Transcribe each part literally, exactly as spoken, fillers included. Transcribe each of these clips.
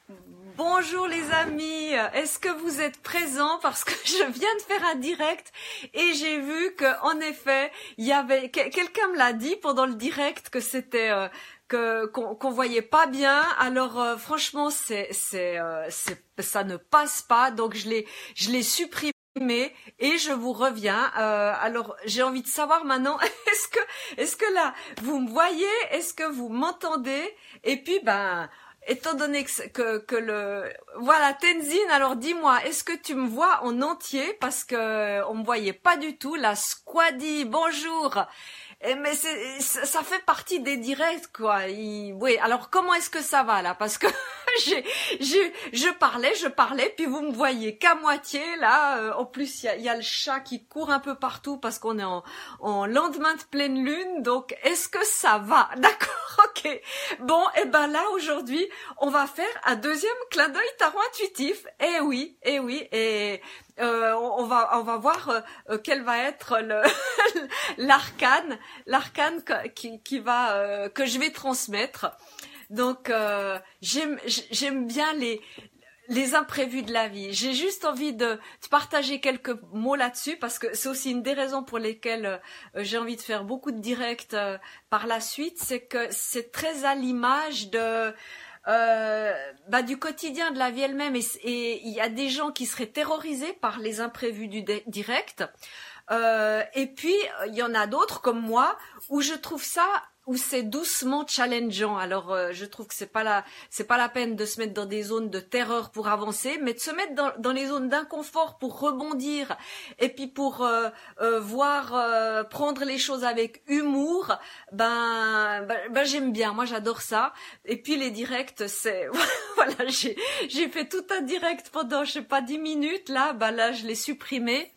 Bonjour les amis, est-ce que vous êtes présents parce que je viens de faire un direct et j'ai vu que en effet il y avait quelqu'un me l'a dit pendant le direct que c'était euh, que qu'on qu'on voyait pas bien. Alors euh, franchement c'est c'est euh, c'est ça ne passe pas, donc je l'ai je l'ai supprimé. Et je vous reviens. Euh, alors, j'ai envie de savoir maintenant, est-ce que, est-ce que là, vous me voyez, est-ce que vous m'entendez? Et puis, ben, étant donné que, que, que le, voilà, Tenzin, alors dis-moi, est-ce que tu me vois en entier? Parce que on me voyait pas du tout. La Squadi, bonjour. Et mais c'est, ça fait partie des directs, quoi. Il, oui. Alors, comment est-ce que ça va là? Parce que j'ai, j'ai, je parlais, je parlais, puis vous me voyez qu'à moitié là. Euh, en plus, il y a, y a le chat qui court un peu partout parce qu'on est en, en lendemain de pleine lune. Donc, est-ce que ça va? D'accord, ok. Bon, et ben là aujourd'hui, on va faire un deuxième clin d'œil tarot intuitif. Eh oui, eh oui, et Euh, on, on va on va voir euh, quel va être le l'arcane l'arcane qui qui va euh, que je vais transmettre. Donc euh, j'aime j'aime bien les les imprévus de la vie. J'ai juste envie de, de partager quelques mots là-dessus parce que c'est aussi une des raisons pour lesquelles euh, j'ai envie de faire beaucoup de directs euh, par la suite, c'est que c'est très à l'image de Euh, bah, du quotidien de la vie elle-même, et il y a des gens qui seraient terrorisés par les imprévus du direct, euh, et puis il y en a d'autres comme moi où je trouve ça, où c'est doucement challengeant. Alors euh, je trouve que c'est pas la c'est pas la peine de se mettre dans des zones de terreur pour avancer, mais de se mettre dans, dans les zones d'inconfort pour rebondir et puis pour euh, euh, voir euh, prendre les choses avec humour. Ben, ben, ben j'aime bien, moi j'adore ça. Et puis les directs, c'est voilà, j'ai j'ai fait tout un direct pendant je sais pas dix minutes là, ben là je l'ai supprimé.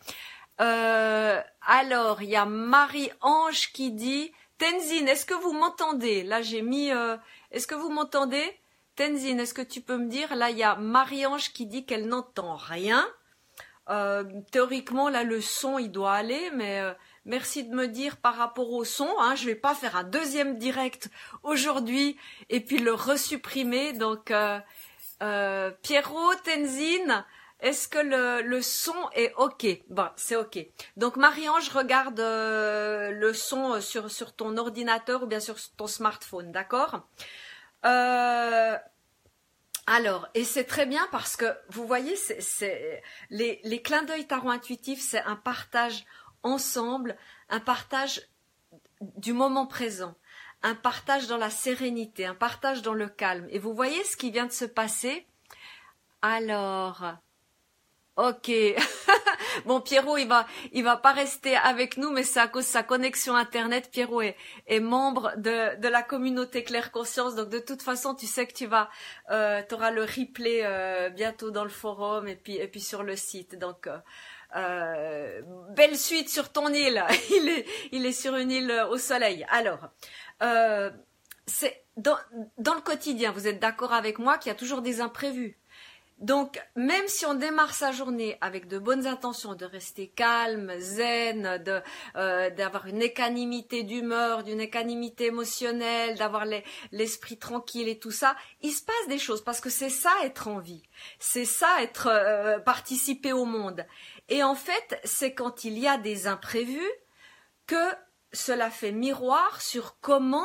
Euh, alors il y a Marie-Ange qui dit Tenzin, est-ce que vous m'entendez? Là, j'ai mis... Euh, est-ce que vous m'entendez? Tenzin, est-ce que tu peux me dire? Là, il y a Marie-Ange qui dit qu'elle n'entend rien. Euh, théoriquement, là, le son, il doit aller, mais euh, merci de me dire par rapport au son. Hein, je vais pas faire un deuxième direct aujourd'hui et puis le resupprimer. Donc, euh, euh, Pierrot, Tenzin... Est-ce que le, le son est OK? Bon, c'est OK. Donc, Marie-Ange, regarde euh, le son sur, sur ton ordinateur ou bien sur ton smartphone, d'accord? euh, Alors, et c'est très bien parce que, vous voyez, c'est, c'est, les, les clins d'œil tarot intuitifs, c'est un partage ensemble, un partage du moment présent, un partage dans la sérénité, un partage dans le calme. Et vous voyez ce qui vient de se passer? Alors... Ok. Bon, Pierrot, il va, il va pas rester avec nous, mais c'est à cause de sa connexion Internet. Pierrot est, est membre de, de la communauté Claire Conscience. Donc, de toute façon, tu sais que tu vas, euh, t'auras le replay, euh, bientôt dans le forum et puis, et puis sur le site. Donc, euh, euh, belle suite sur ton île. Il est, il est sur une île au soleil. Alors, euh, c'est, dans, dans le quotidien, vous êtes d'accord avec moi qu'il y a toujours des imprévus. Donc, même si on démarre sa journée avec de bonnes intentions, de rester calme, zen, de euh, d'avoir une équanimité d'humeur, d'une équanimité émotionnelle, d'avoir les, l'esprit tranquille et tout ça, il se passe des choses parce que c'est ça être en vie, c'est ça être euh, participer au monde. Et en fait, c'est quand il y a des imprévus que cela fait miroir sur comment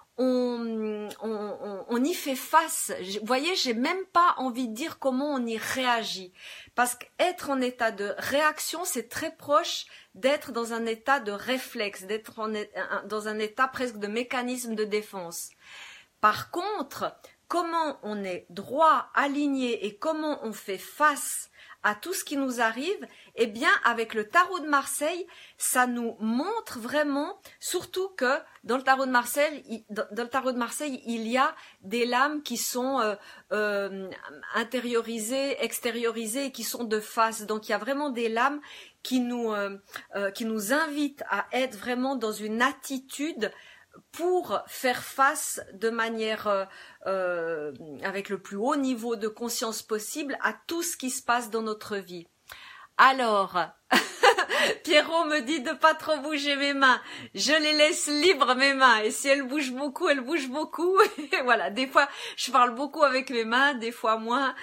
On, on, on y fait face. Vous voyez, j'ai même pas envie de dire comment on y réagit. Parce qu'être en état de réaction, c'est très proche d'être dans un état de réflexe, d'être en, dans un état presque de mécanisme de défense. Par contre, comment on est droit, aligné et comment on fait face à tout ce qui nous arrive, eh bien, avec le tarot de Marseille, ça nous montre vraiment, surtout que dans le tarot de Marseille, il, dans, dans le tarot de Marseille, il y a des lames qui sont euh, euh, intériorisées, extériorisées et qui sont de face. Donc, il y a vraiment des lames qui nous, euh, euh, qui nous invitent à être vraiment dans une attitude pour faire face de manière euh, euh, avec le plus haut niveau de conscience possible à tout ce qui se passe dans notre vie. Alors, Pierrot me dit de pas trop bouger mes mains. Je les laisse libres, mes mains. Et si elles bougent beaucoup, elles bougent beaucoup. Et voilà, des fois, je parle beaucoup avec mes mains, des fois moins.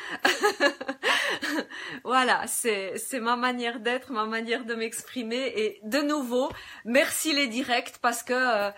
Voilà, c'est, c'est ma manière d'être, ma manière de m'exprimer. Et de nouveau, merci les directs parce que euh,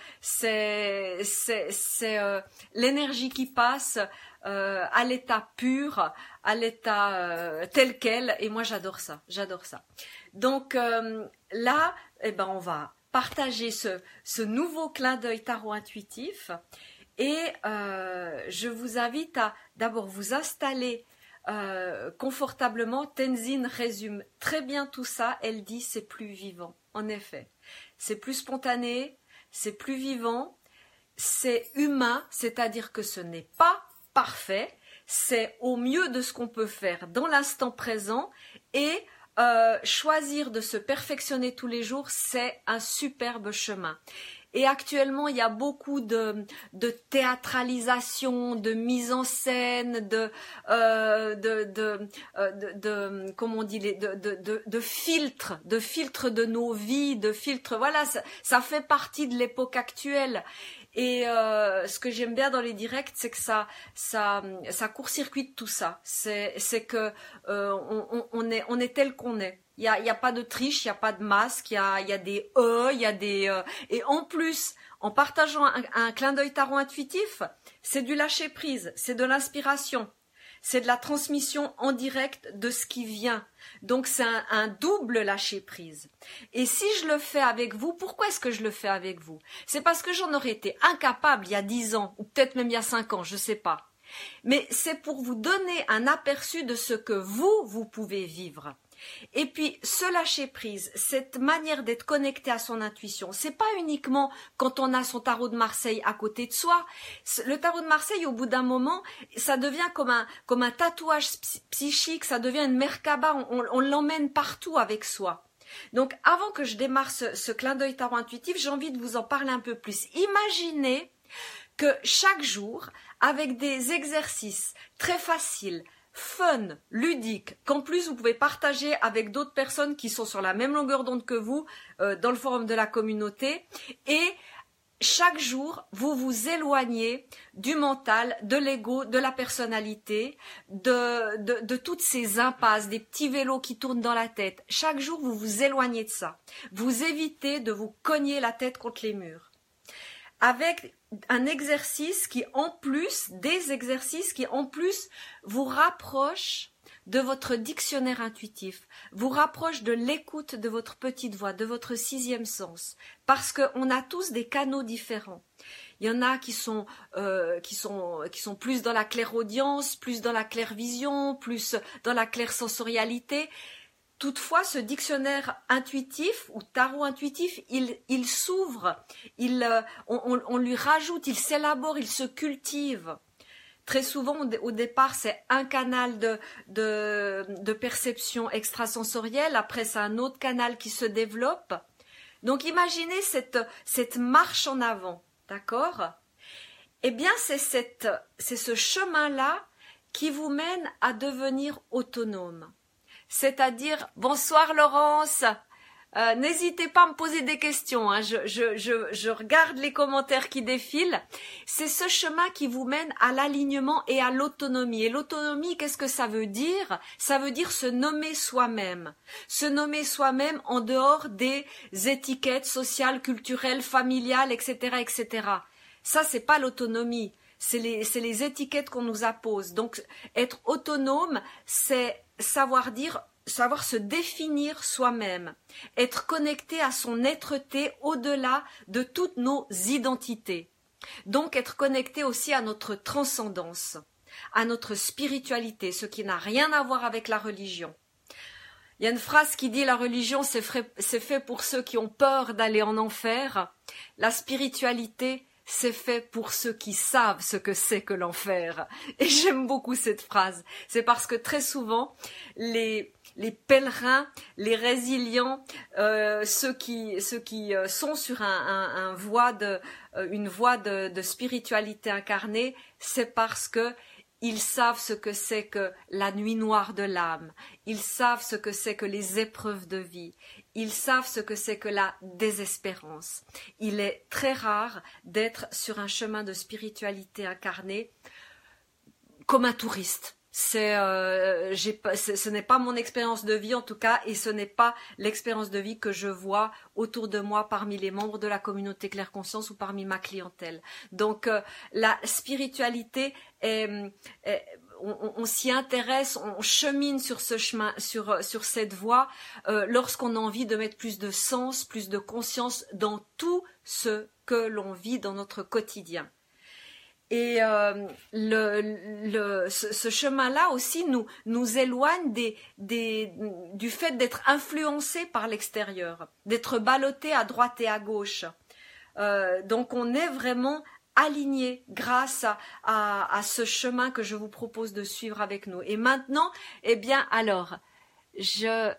c'est, c'est, c'est euh, l'énergie qui passe euh, à l'état pur, à l'état euh, tel quel. Et moi, j'adore ça, j'adore ça. Donc euh, là, eh ben, on va partager ce, ce nouveau clin d'œil tarot intuitif et euh, je vous invite à d'abord vous installer euh, confortablement. Tenzin résume très bien tout ça, elle dit c'est plus vivant, en effet. C'est plus spontané, c'est plus vivant, c'est humain, c'est-à-dire que ce n'est pas parfait, c'est au mieux de ce qu'on peut faire dans l'instant présent et Euh, choisir de se perfectionner tous les jours, c'est un superbe chemin. Et actuellement, il y a beaucoup de, de théâtralisation, de mise en scène, de, euh, de, de, euh, de, de, comment on dit, les, de, de, de, de filtres, de filtres de nos vies, de filtres. Voilà, ça, ça fait partie de l'époque actuelle. Et euh, ce que j'aime bien dans les directs, c'est que ça, ça, ça court-circuite tout ça. C'est, c'est que euh, on, on est, on est tel qu'on est. Il y a, il y a pas de triche, il y a pas de masque, il y a, il y a des e, il y a des euh, et en plus, en partageant un, un clin d'œil tarot intuitif, c'est du lâcher prise, c'est de l'inspiration. C'est de la transmission en direct de ce qui vient. Donc c'est un, un double lâcher prise. Et si je le fais avec vous, pourquoi est-ce que je le fais avec vous? C'est parce que j'en aurais été incapable il y a dix ans, ou peut-être même il y a cinq ans, je sais pas. Mais c'est pour vous donner un aperçu de ce que vous, vous pouvez vivre. Et puis, ce lâcher-prise, cette manière d'être connecté à son intuition, c'est pas uniquement quand on a son tarot de Marseille à côté de soi. Le tarot de Marseille, au bout d'un moment, ça devient comme un, comme un tatouage psychique, ça devient une merkaba, on, on l'emmène partout avec soi. Donc, avant que je démarre ce, ce clin d'œil tarot intuitif, j'ai envie de vous en parler un peu plus. Imaginez que chaque jour, avec des exercices très faciles, fun, ludique, qu'en plus vous pouvez partager avec d'autres personnes qui sont sur la même longueur d'onde que vous euh, dans le forum de la communauté, et chaque jour vous vous éloignez du mental, de l'ego, de la personnalité, de, de, de toutes ces impasses, des petits vélos qui tournent dans la tête. Chaque jour vous vous éloignez de ça, vous évitez de vous cogner la tête contre les murs. Avec un exercice qui en plus, des exercices qui en plus vous rapprochent de votre dictionnaire intuitif, vous rapprochent de l'écoute de votre petite voix, de votre sixième sens, parce qu'on a tous des canaux différents. Il y en a qui sont, euh, qui sont, qui sont plus dans la clairaudience, plus dans la clairvision, plus dans la clairsensorialité. Toutefois, ce dictionnaire intuitif ou tarot intuitif, il, il s'ouvre, il, euh, on, on, on lui rajoute, il s'élabore, il se cultive. Très souvent, au départ, c'est un canal de, de, de perception extrasensorielle. Après, c'est un autre canal qui se développe. Donc, imaginez cette, cette marche en avant, d'accord? Eh bien, c'est cette, c'est ce chemin-là qui vous mène à devenir autonome. C'est-à-dire, bonsoir Laurence, euh, n'hésitez pas à me poser des questions, hein. je, je, je, je regarde les commentaires qui défilent. C'est ce chemin qui vous mène à l'alignement et à l'autonomie. Et l'autonomie, qu'est-ce que ça veut dire? Ça veut dire se nommer soi-même. Se nommer soi-même en dehors des étiquettes sociales, culturelles, familiales, et cetera, et cetera. Ça, c'est pas l'autonomie. C'est les, c'est les étiquettes qu'on nous appose. Donc, être autonome, c'est savoir dire, savoir se définir soi-même, être connecté à son être-té au-delà de toutes nos identités. Donc, être connecté aussi à notre transcendance, à notre spiritualité, ce qui n'a rien à voir avec la religion. Il y a une phrase qui dit « La religion, c'est fait pour ceux qui ont peur d'aller en enfer. La spiritualité, c'est fait pour ceux qui savent ce que c'est que l'enfer. » Et j'aime beaucoup cette phrase. C'est parce que très souvent, les, les pèlerins, les résilients, euh, ceux qui, ceux qui sont sur un, un, un voie de, une voie de, de spiritualité incarnée, c'est parce que Ils savent ce que c'est que la nuit noire de l'âme. Ils savent ce que c'est que les épreuves de vie. Ils savent ce que c'est que la désespérance. Il est très rare d'être sur un chemin de spiritualité incarnée comme un touriste. C'est, euh, j'ai pas, ce n'est pas mon expérience de vie en tout cas, et ce n'est pas l'expérience de vie que je vois autour de moi parmi les membres de la communauté Claire Conscience ou parmi ma clientèle. Donc euh, la spiritualité est, est on, on s'y intéresse, on chemine sur ce chemin, sur sur cette voie euh, lorsqu'on a envie de mettre plus de sens, plus de conscience dans tout ce que l'on vit dans notre quotidien. Et euh, le, le, ce, ce chemin-là aussi nous, nous éloigne des, des, du fait d'être influencé par l'extérieur, d'être ballotté à droite et à gauche. Euh, donc on est vraiment aligné grâce à, à, à ce chemin que je vous propose de suivre avec nous. Et maintenant, eh bien alors, je...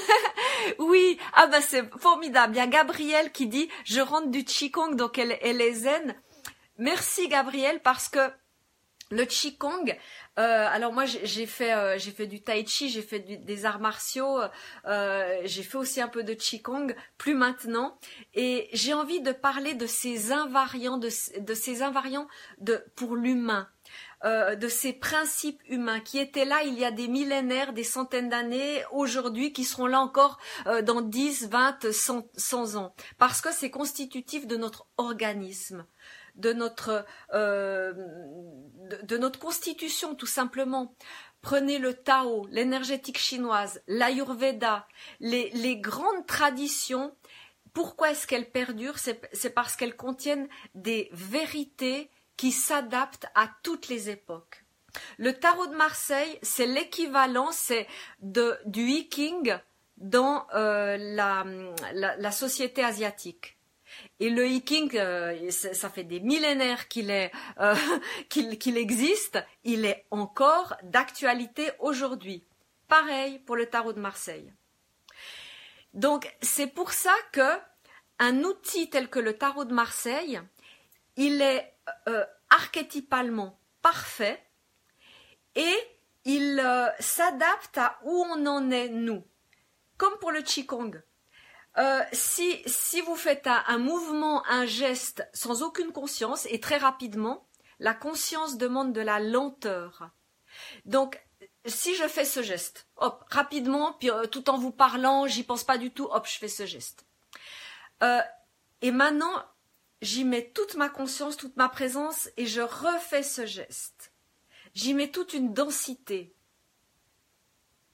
oui, ah ben c'est formidable. Il y a Gabrielle qui dit « Je rentre du Qigong, donc elle, elle est zen ». Merci Gabriel, parce que le Qigong, euh, alors moi j'ai fait euh, j'ai fait du Tai Chi, j'ai fait du, des arts martiaux, euh, j'ai fait aussi un peu de Qigong, plus maintenant, et j'ai envie de parler de ces invariants, de, de ces invariants de pour l'humain. Euh, de ces principes humains qui étaient là il y a des millénaires, des centaines d'années, aujourd'hui, qui seront là encore euh, dans dix, vingt, cent, cent ans, parce que c'est constitutif de notre organisme, de notre euh, de, de notre constitution tout simplement. Prenez le Tao, l'énergétique chinoise, l'Ayurveda, les, les grandes traditions. Pourquoi est-ce qu'elles perdurent? C'est, c'est parce qu'elles contiennent des vérités qui s'adaptent à toutes les époques. Le tarot de Marseille, c'est l'équivalent, c'est de du I Ching dans euh, la, la, la société asiatique. Et le I Ching, euh, ça fait des millénaires qu'il est, euh, qu'il, qu'il existe, il est encore d'actualité aujourd'hui. Pareil pour le tarot de Marseille. Donc c'est pour ça que un outil tel que le tarot de Marseille, il est euh, archétypalement parfait et il euh, s'adapte à où on en est nous. Comme pour le Qigong. Euh, si, si vous faites un, un mouvement, un geste sans aucune conscience et très rapidement, la conscience demande de la lenteur. Donc, si je fais ce geste, hop, rapidement, puis euh, tout en vous parlant, j'y pense pas du tout, hop, je fais ce geste. Euh, et maintenant, j'y mets toute ma conscience, toute ma présence et je refais ce geste. J'y mets toute une densité. D'accord ?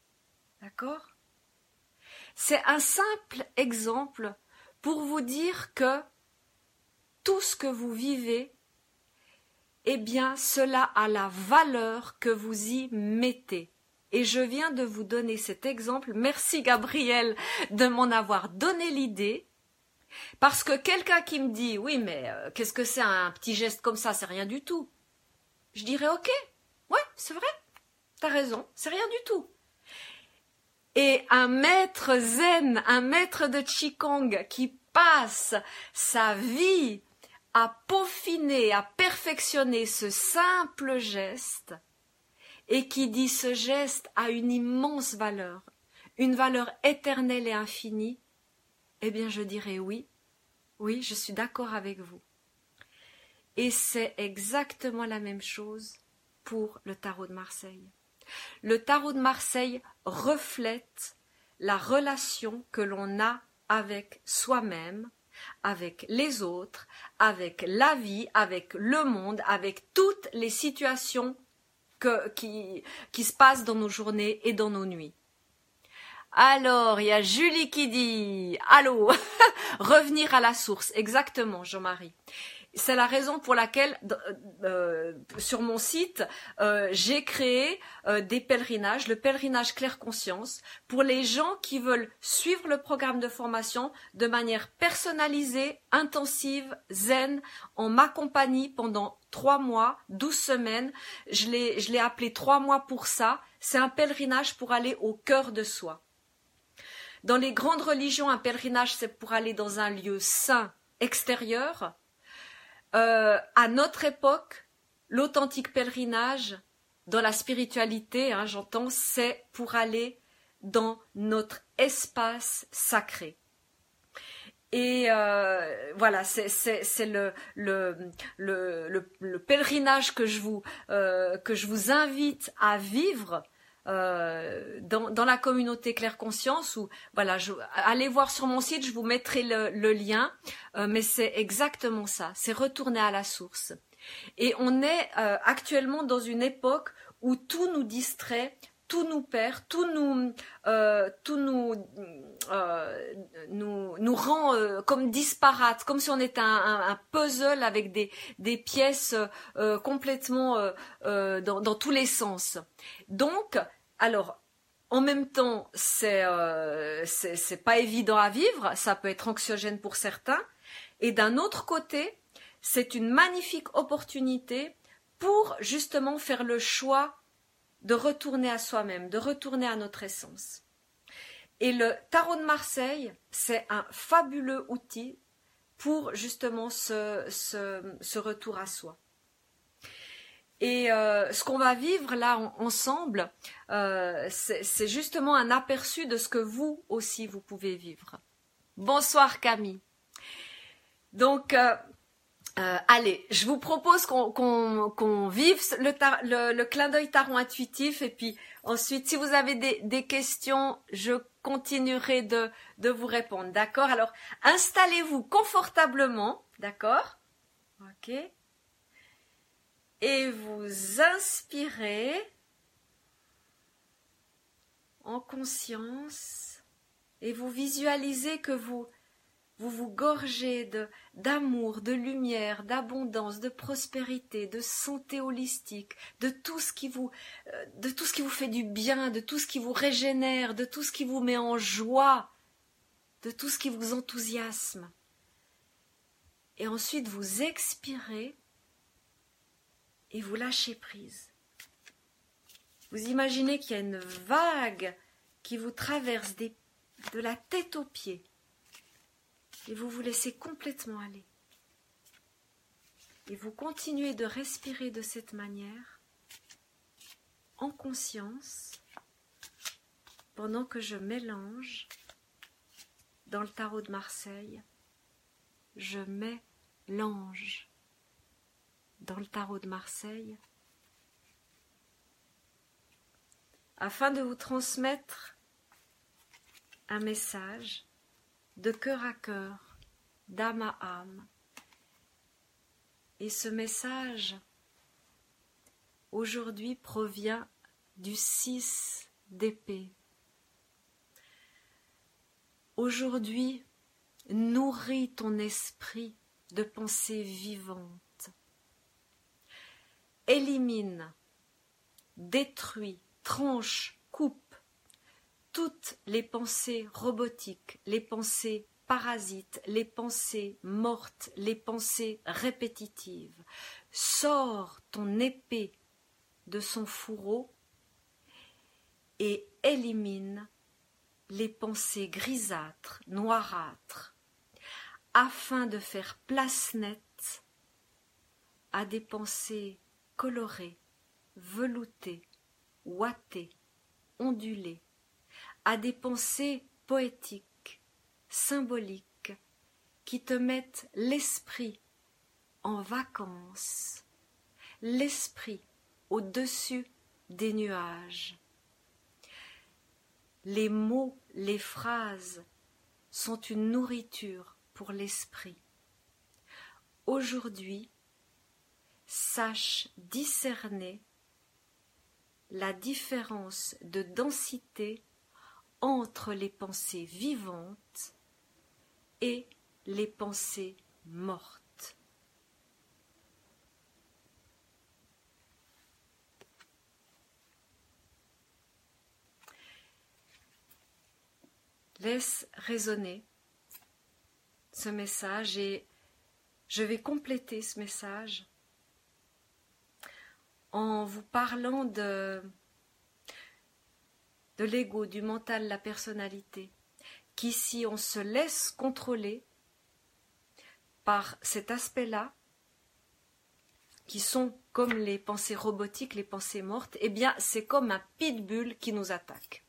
C'est un simple exemple pour vous dire que tout ce que vous vivez, eh bien, cela a la valeur que vous y mettez. Et je viens de vous donner cet exemple. Merci Gabriel de m'en avoir donné l'idée. Parce que quelqu'un qui me dit, oui, mais euh, qu'est-ce que c'est un petit geste comme ça, c'est rien du tout. Je dirais, ok, ouais, c'est vrai, t'as raison, c'est rien du tout. Et un maître zen, un maître de Qigong qui passe sa vie à peaufiner, à perfectionner ce simple geste et qui dit ce geste a une immense valeur, une valeur éternelle et infinie, eh bien je dirais oui, oui, je suis d'accord avec vous. Et c'est exactement la même chose pour le tarot de Marseille. Le tarot de Marseille reflète la relation que l'on a avec soi-même, avec les autres, avec la vie, avec le monde, avec toutes les situations que, qui, qui se passent dans nos journées et dans nos nuits. Alors, il y a Julie qui dit « Allô ?» Revenir à la source, exactement, Jean-Marie. C'est la raison pour laquelle, euh, sur mon site, euh, j'ai créé euh, des pèlerinages, le pèlerinage Claire Conscience, pour les gens qui veulent suivre le programme de formation de manière personnalisée, intensive, zen, en ma compagnie pendant trois mois, douze semaines. Je l'ai, je l'ai appelé trois mois pour ça. C'est un pèlerinage pour aller au cœur de soi. Dans les grandes religions, un pèlerinage, c'est pour aller dans un lieu saint, extérieur. Euh, à notre époque, l'authentique pèlerinage, dans la spiritualité, hein, j'entends, c'est pour aller dans notre espace sacré. Et euh, voilà, c'est, c'est, c'est le, le, le, le, le pèlerinage que je vous, euh, que je vous invite à vivre euh, dans, dans la communauté Claire Conscience. Où, voilà, je, allez voir sur mon site, je vous mettrai le, le lien. Euh, mais c'est exactement ça, c'est retourner à la source. Et on est euh, actuellement dans une époque où tout nous distrait, tout nous perd, tout nous, euh, tout nous, euh, nous, nous rend euh, comme disparates, comme si on était un, un, un puzzle avec des, des pièces euh, complètement euh, euh, dans, dans tous les sens. Donc, alors, en même temps, c'est, euh, c'est, c'est pas évident à vivre, ça peut être anxiogène pour certains. Et d'un autre côté, c'est une magnifique opportunité pour justement faire le choix de retourner à soi-même, de retourner à notre essence. Et le tarot de Marseille, c'est un fabuleux outil pour justement ce, ce, ce retour à soi. Et euh, ce qu'on va vivre là en, ensemble, euh, c'est, c'est justement un aperçu de ce que vous aussi vous pouvez vivre. Bonsoir Camille. Donc, euh, Euh, allez, je vous propose qu'on qu'on, qu'on vive le, tar, le, le clin d'œil tarot intuitif et puis ensuite, si vous avez des, des questions, je continuerai de, de vous répondre, d'accord? Alors, installez-vous confortablement, d'accord? Ok. Et vous inspirez en conscience et vous visualisez que vous Vous vous gorgez de, d'amour, de lumière, d'abondance, de prospérité, de santé holistique, de tout ce qui vous, de tout ce qui vous fait du bien, de tout ce qui vous régénère, de tout ce qui vous met en joie, de tout ce qui vous enthousiasme. Et ensuite, vous expirez et vous lâchez prise. Vous imaginez qu'il y a une vague qui vous traverse des, de la tête aux pieds. Et vous vous laissez complètement aller. Et vous continuez de respirer de cette manière, en conscience, pendant que je mélange dans le tarot de Marseille, je mélange dans le tarot de Marseille, afin de vous transmettre un message de cœur à cœur, d'âme à âme. Et ce message, aujourd'hui, provient du six d'épée. Aujourd'hui, nourris ton esprit de pensées vivantes. Élimine, détruis, tranche, coupe toutes les pensées robotiques, les pensées parasites, les pensées mortes, les pensées répétitives. Sors ton épée de son fourreau et élimine les pensées grisâtres, noirâtres, afin de faire place nette à des pensées colorées, veloutées, ouatées, ondulées, à des pensées poétiques, symboliques, qui te mettent l'esprit en vacances, l'esprit au-dessus des nuages. Les mots, les phrases sont une nourriture pour l'esprit. Aujourd'hui, sache discerner la différence de densité entre les pensées vivantes et les pensées mortes. Laisse résonner ce message et je vais compléter ce message en vous parlant de de l'ego, du mental, la personnalité, qui, si on se laisse contrôler par cet aspect-là, qui sont comme les pensées robotiques, les pensées mortes, eh bien, c'est comme un pitbull qui nous attaque.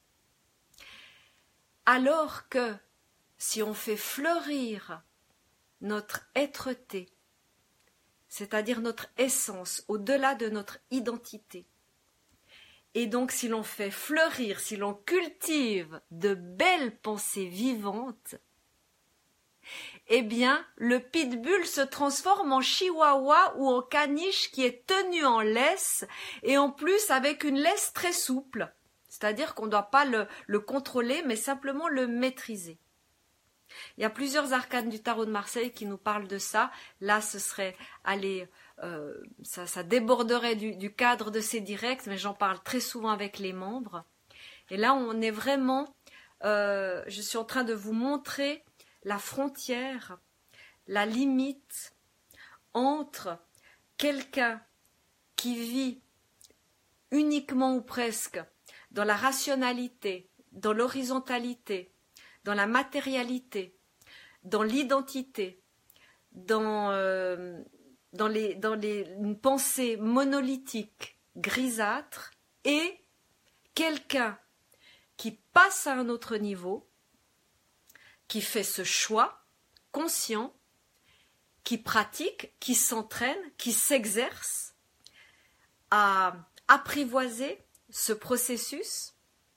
Alors que, si on fait fleurir notre être-té, c'est-à-dire notre essence, au-delà de notre identité, et donc si l'on fait fleurir, si l'on cultive de belles pensées vivantes, eh bien, le pitbull se transforme en chihuahua ou en caniche qui est tenu en laisse, et en plus avec une laisse très souple. C'est-à-dire qu'on ne doit pas le, le contrôler, mais simplement le maîtriser. Il y a plusieurs arcanes du tarot de Marseille qui nous parlent de ça. Là, ce serait aller, euh, ça, ça déborderait du, du cadre de ces directs, mais j'en parle très souvent avec les membres. Et là, on est vraiment, euh, je suis en train de vous montrer la frontière, la limite entre quelqu'un qui vit uniquement ou presque dans la rationalité, dans l'horizontalité, dans la matérialité, dans l'identité, dans, euh, dans, les, dans les, une pensée monolithique, grisâtre, et quelqu'un qui passe à un autre niveau, qui fait ce choix conscient, qui pratique, qui s'entraîne, qui s'exerce à apprivoiser ce processus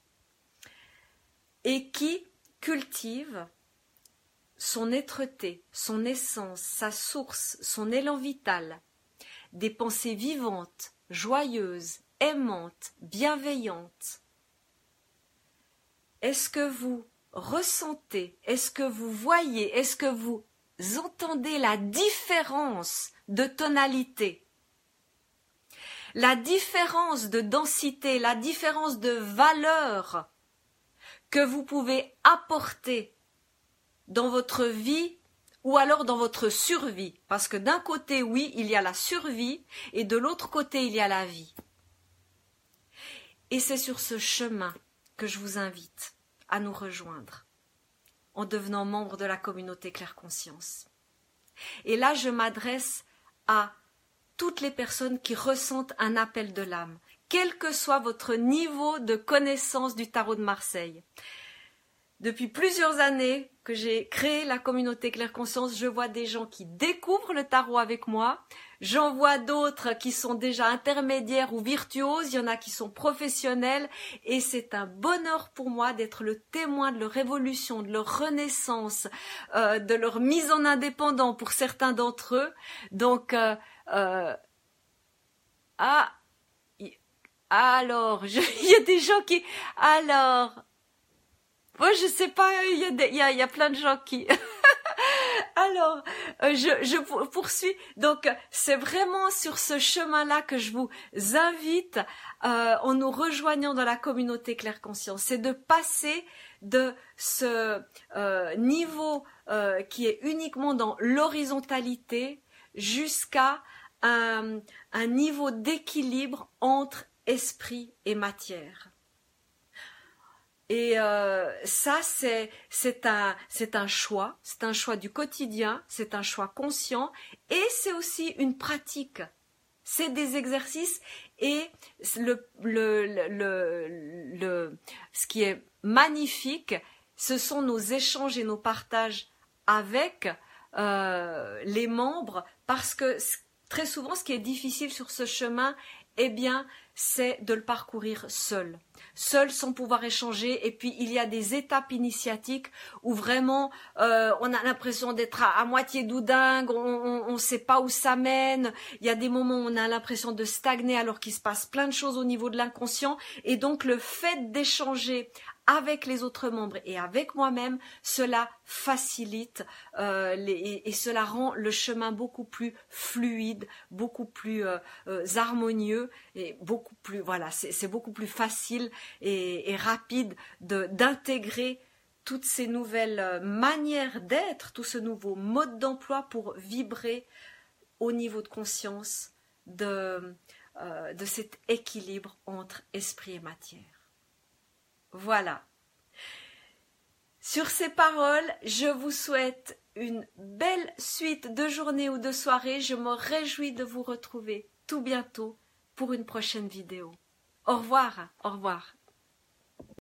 et qui cultive son être-té, son essence, sa source, son élan vital, des pensées vivantes, joyeuses, aimantes, bienveillantes. Est-ce que vous ressentez, est-ce que vous voyez, est-ce que vous entendez la différence de tonalité, la différence de densité, la différence de valeur que vous pouvez apporter dans votre vie ou alors dans votre survie? Parce que d'un côté, oui, il y a la survie et de l'autre côté, il y a la vie. Et c'est sur ce chemin que je vous invite à nous rejoindre en devenant membre de la communauté Claire Conscience. Et là, je m'adresse à toutes les personnes qui ressentent un appel de l'âme, quel que soit votre niveau de connaissance du tarot de Marseille. Depuis plusieurs années que j'ai créé la communauté Claire Conscience, je vois des gens qui découvrent le tarot avec moi. J'en vois d'autres qui sont déjà intermédiaires ou virtuoses. Il y en a qui sont professionnels. Et c'est un bonheur pour moi d'être le témoin de leur évolution, de leur renaissance, euh, de leur mise en indépendant pour certains d'entre eux. Donc, euh, euh, ah, alors, je, il y a des gens qui... Alors... Moi, je sais pas, il y a, des, il y a, il y a plein de gens qui... Alors, euh, je, je poursuis. Donc, c'est vraiment sur ce chemin-là que je vous invite, euh, en nous rejoignant dans la communauté Claire Conscience. C'est de passer de ce euh, niveau euh, qui est uniquement dans l'horizontalité jusqu'à un, un niveau d'équilibre entre esprit et matière. Et euh, ça, c'est c'est un c'est un choix, c'est un choix du quotidien, c'est un choix conscient et c'est aussi une pratique. C'est des exercices et le le le le ce qui est magnifique, ce sont nos échanges et nos partages avec euh, les membres, parce que très souvent, ce qui est difficile sur ce chemin, eh bien, c'est de le parcourir seul. Seul, sans pouvoir échanger. Et puis, il y a des étapes initiatiques où vraiment, euh, on a l'impression d'être à, à moitié doudingue, on ne sait pas où ça mène. Il y a des moments où on a l'impression de stagner alors qu'il se passe plein de choses au niveau de l'inconscient. Et donc, le fait d'échanger avec les autres membres et avec moi-même, cela facilite euh, les, et, et cela rend le chemin beaucoup plus fluide, beaucoup plus euh, euh, harmonieux et beaucoup plus, voilà, c'est, c'est beaucoup plus facile et, et rapide de, d'intégrer toutes ces nouvelles manières d'être, tout ce nouveau mode d'emploi pour vibrer au niveau de conscience de, euh, de cet équilibre entre esprit et matière. Voilà. Sur ces paroles, je vous souhaite une belle suite de journée ou de soirée. Je me réjouis de vous retrouver tout bientôt pour une prochaine vidéo. Au revoir, au revoir.